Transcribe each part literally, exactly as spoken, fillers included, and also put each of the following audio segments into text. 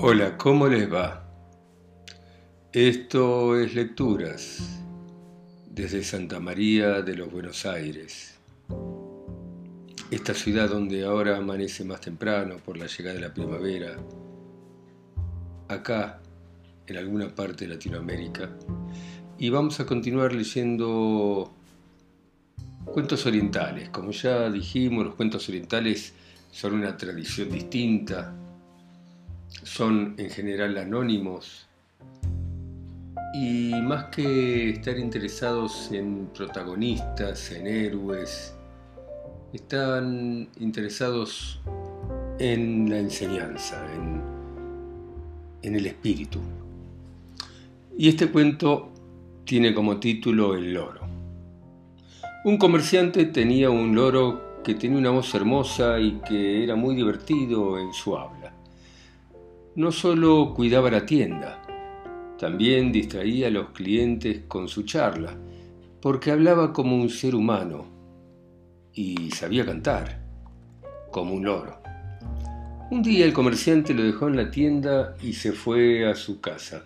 Hola, ¿cómo les va? Esto es Lecturas desde Santa María de los Buenos Aires, esta ciudad donde ahora amanece más temprano por la llegada de la primavera, acá en alguna parte de Latinoamérica, y vamos a continuar leyendo cuentos orientales. Como ya dijimos, los cuentos orientales son una tradición distinta, son en general anónimos y más que estar interesados en protagonistas, en héroes, están interesados en la enseñanza, en, en el espíritu. Y este cuento tiene como título El loro. Un comerciante tenía un loro que tenía una voz hermosa y que era muy divertido en su habla. No solo cuidaba la tienda, también distraía a los clientes con su charla, porque hablaba como un ser humano y sabía cantar, como un loro. Un día el comerciante lo dejó en la tienda y se fue a su casa.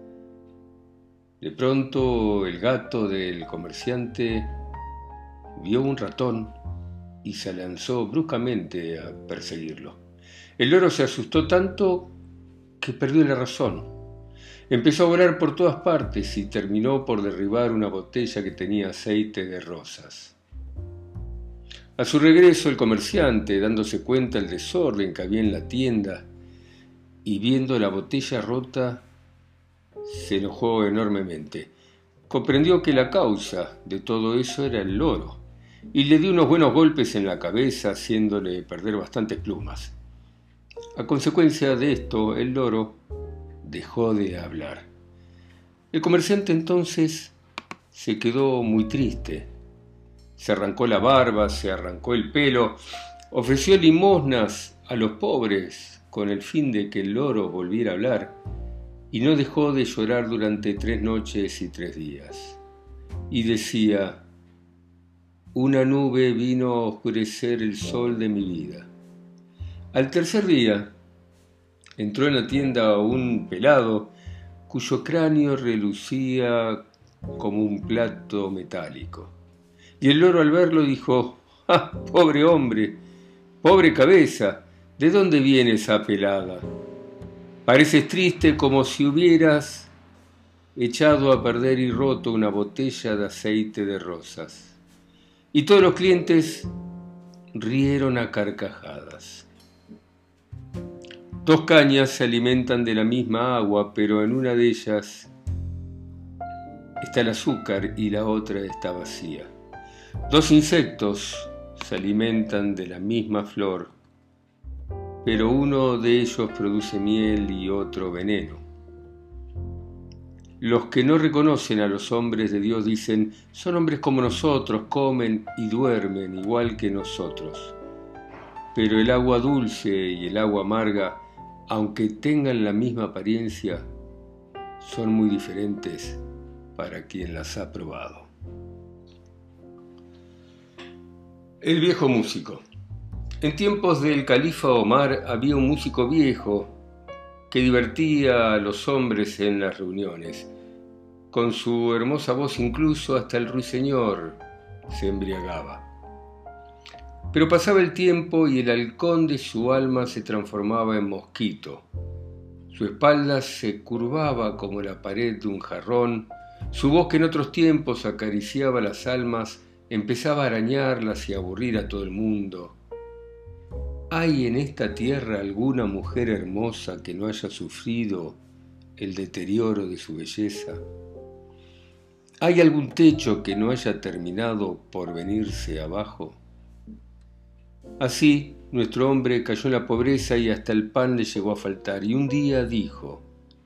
De pronto el gato del comerciante vio un ratón y se lanzó bruscamente a perseguirlo. El loro se asustó tanto que perdió la razón. Empezó a volar por todas partes y terminó por derribar una botella que tenía aceite de rosas. A su regreso, el comerciante, dándose cuenta del desorden que había en la tienda y viendo la botella rota, se enojó enormemente. Comprendió que la causa de todo eso era el loro y le dio unos buenos golpes en la cabeza, haciéndole perder bastantes plumas. A consecuencia de esto, el loro dejó de hablar. El comerciante entonces se quedó muy triste. Se arrancó la barba, se arrancó el pelo, ofreció limosnas a los pobres con el fin de que el loro volviera a hablar y no dejó de llorar durante tres noches y tres días. Y decía: una nube vino a oscurecer el sol de mi vida. Al tercer día entró en la tienda un pelado cuyo cráneo relucía como un plato metálico. Y el loro al verlo dijo: ¡ah, pobre hombre, pobre cabeza! ¿De dónde viene esa pelada? Pareces triste como si hubieras echado a perder y roto una botella de aceite de rosas. Y todos los clientes rieron a carcajadas. Dos cañas se alimentan de la misma agua, pero en una de ellas está el azúcar y la otra está vacía. Dos insectos se alimentan de la misma flor, pero uno de ellos produce miel y otro veneno. Los que no reconocen a los hombres de Dios dicen: son hombres como nosotros, comen y duermen igual que nosotros. Pero el agua dulce y el agua amarga, aunque tengan la misma apariencia, son muy diferentes para quien las ha probado. El viejo músico. En tiempos del califa Omar había un músico viejo que divertía a los hombres en las reuniones. Con su hermosa voz incluso hasta el ruiseñor se embriagaba. Pero pasaba el tiempo y el halcón de su alma se transformaba en mosquito. Su espalda se curvaba como la pared de un jarrón. Su voz, que en otros tiempos acariciaba las almas, empezaba a arañarlas y a aburrir a todo el mundo. ¿Hay en esta tierra alguna mujer hermosa que no haya sufrido el deterioro de su belleza? ¿Hay algún techo que no haya terminado por venirse abajo? Así, nuestro hombre cayó en la pobreza y hasta el pan le llegó a faltar. Y un día dijo: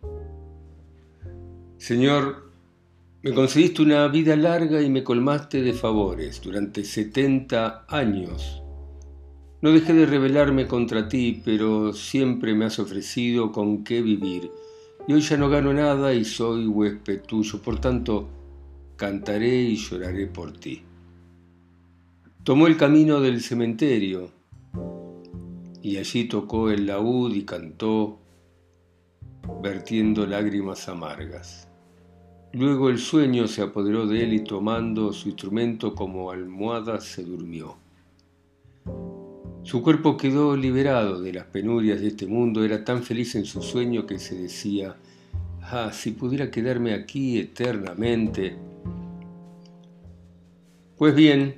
Señor, me concediste una vida larga y me colmaste de favores durante setenta años. No dejé de rebelarme contra ti, pero siempre me has ofrecido con qué vivir. Y hoy ya no gano nada y soy huésped tuyo, por tanto, cantaré y lloraré por ti. Tomó el camino del cementerio y allí tocó el laúd y cantó vertiendo lágrimas amargas. Luego el sueño se apoderó de él y tomando su instrumento como almohada se durmió. Su cuerpo quedó liberado de las penurias de este mundo, era tan feliz en su sueño que se decía: «Ah, si pudiera quedarme aquí eternamente». Pues bien,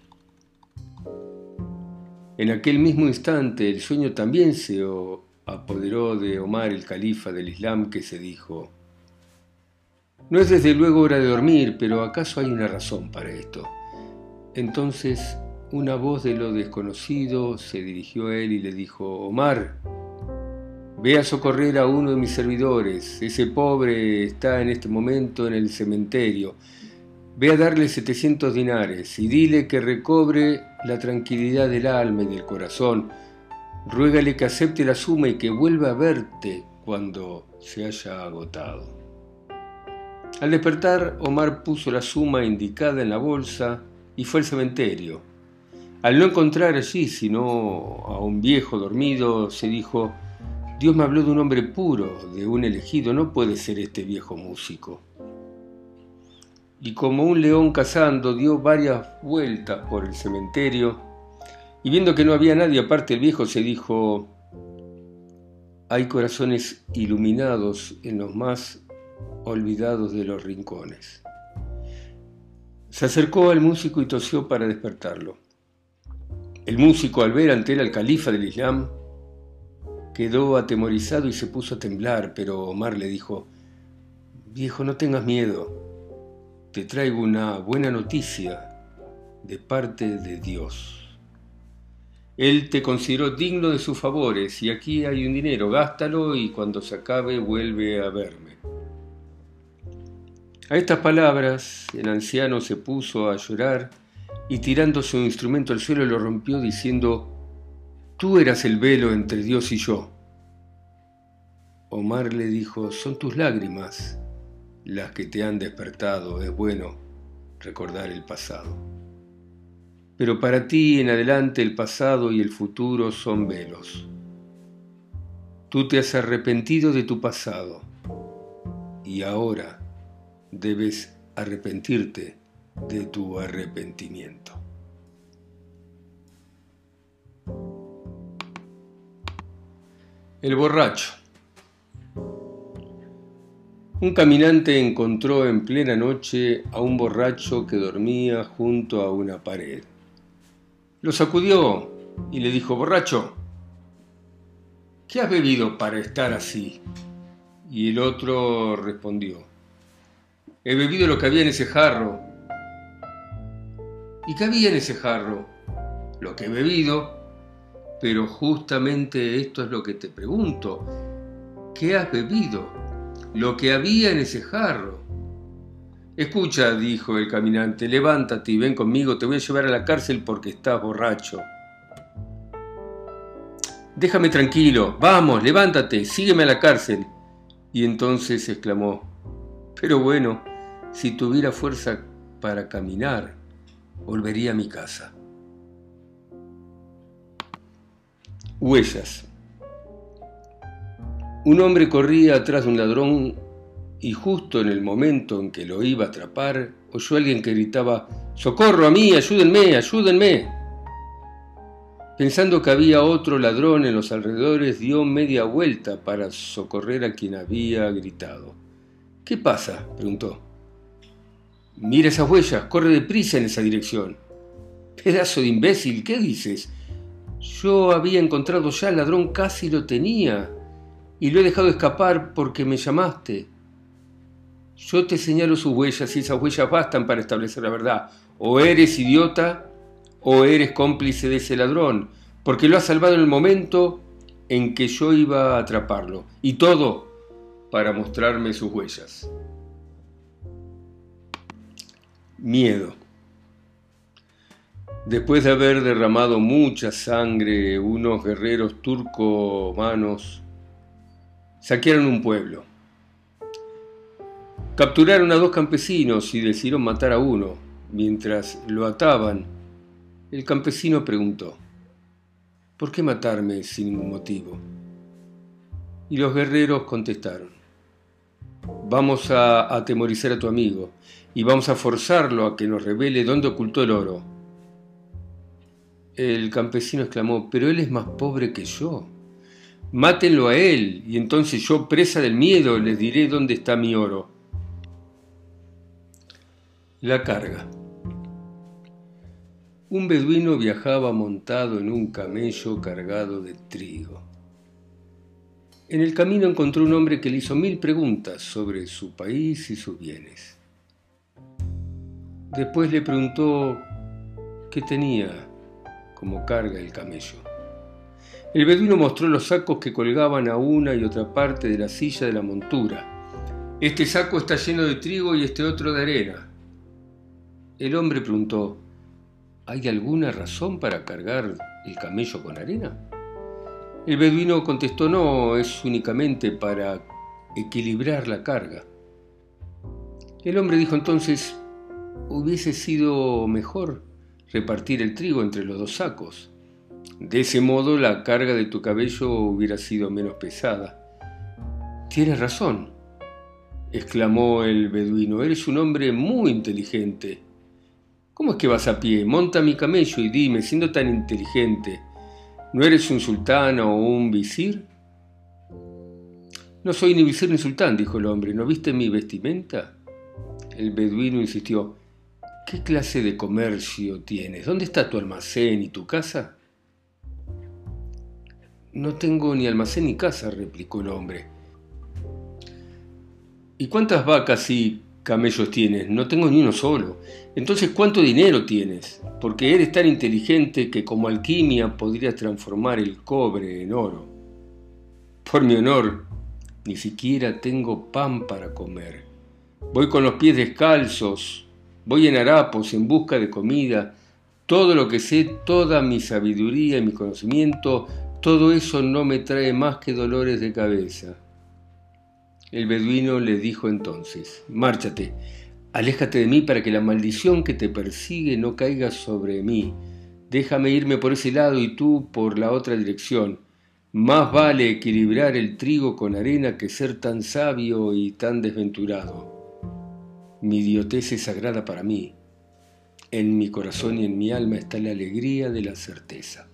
en aquel mismo instante el sueño también se apoderó de Omar, el califa del Islam, que se dijo: «No es desde luego hora de dormir, pero ¿acaso hay una razón para esto?». Entonces una voz de lo desconocido se dirigió a él y le dijo: «Omar, ve a socorrer a uno de mis servidores, ese pobre está en este momento en el cementerio. Ve a darle setecientos dinares y dile que recobre la tranquilidad del alma y del corazón. Ruégale que acepte la suma y que vuelva a verte cuando se haya agotado». Al despertar, Omar puso la suma indicada en la bolsa y fue al cementerio. Al no encontrar allí sino a un viejo dormido, se dijo: «Dios me habló de un hombre puro, de un elegido, no puede ser este viejo músico». Y como un león cazando, dio varias vueltas por el cementerio, y viendo que no había nadie aparte del viejo, se dijo: «Hay corazones iluminados en los más olvidados de los rincones». Se acercó al músico y tosió para despertarlo. El músico, al ver ante él al califa del Islam, quedó atemorizado y se puso a temblar, pero Omar le dijo: «Viejo, no tengas miedo, te traigo una buena noticia de parte de Dios. Él te consideró digno de sus favores y aquí hay un dinero, gástalo y cuando se acabe vuelve a verme». A estas palabras el anciano se puso a llorar y tirando su instrumento al suelo lo rompió diciendo: «Tú eras el velo entre Dios y yo». Omar le dijo: «Son tus lágrimas las que te han despertado, es bueno recordar el pasado. Pero para ti en adelante el pasado y el futuro son velos. Tú te has arrepentido de tu pasado y ahora debes arrepentirte de tu arrepentimiento». El borracho. Un caminante encontró en plena noche a un borracho que dormía junto a una pared. Lo sacudió y le dijo: «Borracho, ¿qué has bebido para estar así?». Y el otro respondió: «He bebido lo que había en ese jarro». «¿Y qué había en ese jarro?». «Lo que he bebido». «Pero justamente esto es lo que te pregunto. ¿Qué has bebido?». «Lo que había en ese jarro». «Escucha», dijo el caminante, «levántate y ven conmigo, te voy a llevar a la cárcel porque estás borracho». «Déjame tranquilo, vamos, levántate, sígueme a la cárcel». Y entonces exclamó: «Pero bueno, si tuviera fuerza para caminar, volvería a mi casa». Huellas. Un hombre corría atrás de un ladrón y justo en el momento en que lo iba a atrapar, oyó a alguien que gritaba: «¡Socorro a mí! ¡Ayúdenme! ¡Ayúdenme!». Pensando que había otro ladrón en los alrededores, dio media vuelta para socorrer a quien había gritado. «¿Qué pasa?», preguntó. «Mira esas huellas, corre deprisa en esa dirección». «Pedazo de imbécil, ¿qué dices? Yo había encontrado ya al ladrón, casi lo tenía, y lo he dejado escapar porque me llamaste. Yo te señalo sus huellas y esas huellas bastan para establecer la verdad. O eres idiota o eres cómplice de ese ladrón, porque lo has salvado en el momento en que yo iba a atraparlo. Y todo para mostrarme sus huellas». Miedo. Después de haber derramado mucha sangre, unos guerreros turco-omanos saquearon un pueblo. Capturaron a dos campesinos y decidieron matar a uno. Mientras lo ataban, el campesino preguntó: «¿Por qué matarme sin ningún motivo?». Y los guerreros contestaron: vamos a atemorizar a tu amigo y vamos a forzarlo a que nos revele dónde ocultó el oro. El campesino exclamó: pero él es más pobre que yo. Mátenlo a él, y entonces yo, presa del miedo, les diré dónde está mi oro. La carga. Un beduino viajaba montado en un camello cargado de trigo. En el camino encontró un hombre que le hizo mil preguntas sobre su país y sus bienes. Después le preguntó qué tenía como carga el camello. El beduino mostró los sacos que colgaban a una y otra parte de la silla de la montura. Este saco está lleno de trigo y este otro de arena. El hombre preguntó: ¿hay alguna razón para cargar el camello con arena? El beduino contestó: no, es únicamente para equilibrar la carga. El hombre dijo entonces: hubiese sido mejor repartir el trigo entre los dos sacos. De ese modo la carga de tu cabello hubiera sido menos pesada. Tienes razón, exclamó el beduino, eres un hombre muy inteligente. ¿Cómo es que vas a pie? Monta mi camello y dime, siendo tan inteligente, ¿no eres un sultán o un visir? No soy ni visir ni sultán, dijo el hombre. ¿No viste mi vestimenta? El beduino insistió: ¿qué clase de comercio tienes? ¿Dónde está tu almacén y tu casa? No tengo ni almacén ni casa, replicó el hombre. ¿Y cuántas vacas y camellos tienes? No tengo ni uno solo. Entonces, ¿cuánto dinero tienes? Porque eres tan inteligente que como alquimia podrías transformar el cobre en oro. Por mi honor, ni siquiera tengo pan para comer. Voy con los pies descalzos, voy en harapos en busca de comida. Todo lo que sé, toda mi sabiduría y mi conocimiento, todo eso no me trae más que dolores de cabeza. El beduino le dijo entonces: márchate, aléjate de mí para que la maldición que te persigue no caiga sobre mí. Déjame irme por ese lado y tú por la otra dirección. Más vale equilibrar el trigo con arena que ser tan sabio y tan desventurado. Mi idiotez es sagrada para mí. En mi corazón y en mi alma está la alegría de la certeza.